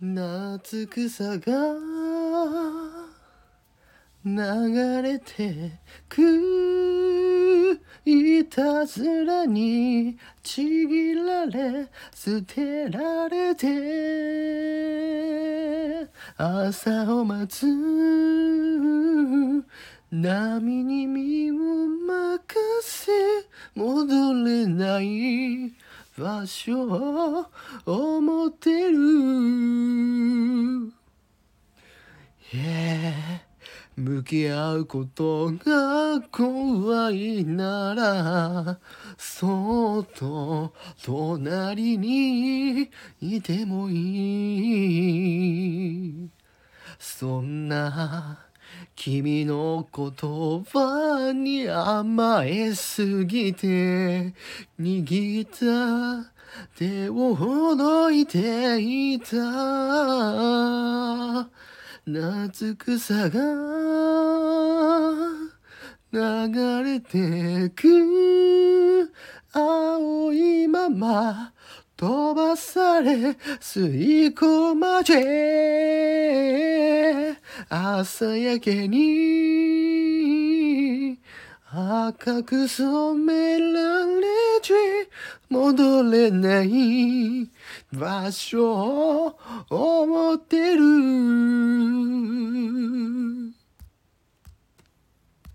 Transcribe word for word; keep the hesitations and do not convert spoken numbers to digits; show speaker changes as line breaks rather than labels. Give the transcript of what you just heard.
夏草が流れてく、いたずらにちぎられ捨てられて、朝を待つ波に身を任せ、戻れない場所を思ってる。Yeah、向き合うことが怖いなら、そっと隣にいてもいい。そんな君の言葉に甘えすぎて、握った手をほどいていた。夏草が流れてく、青いまま飛ばされ吸い込まれ、朝焼けに赤く染められて、戻れない場所を思ってる。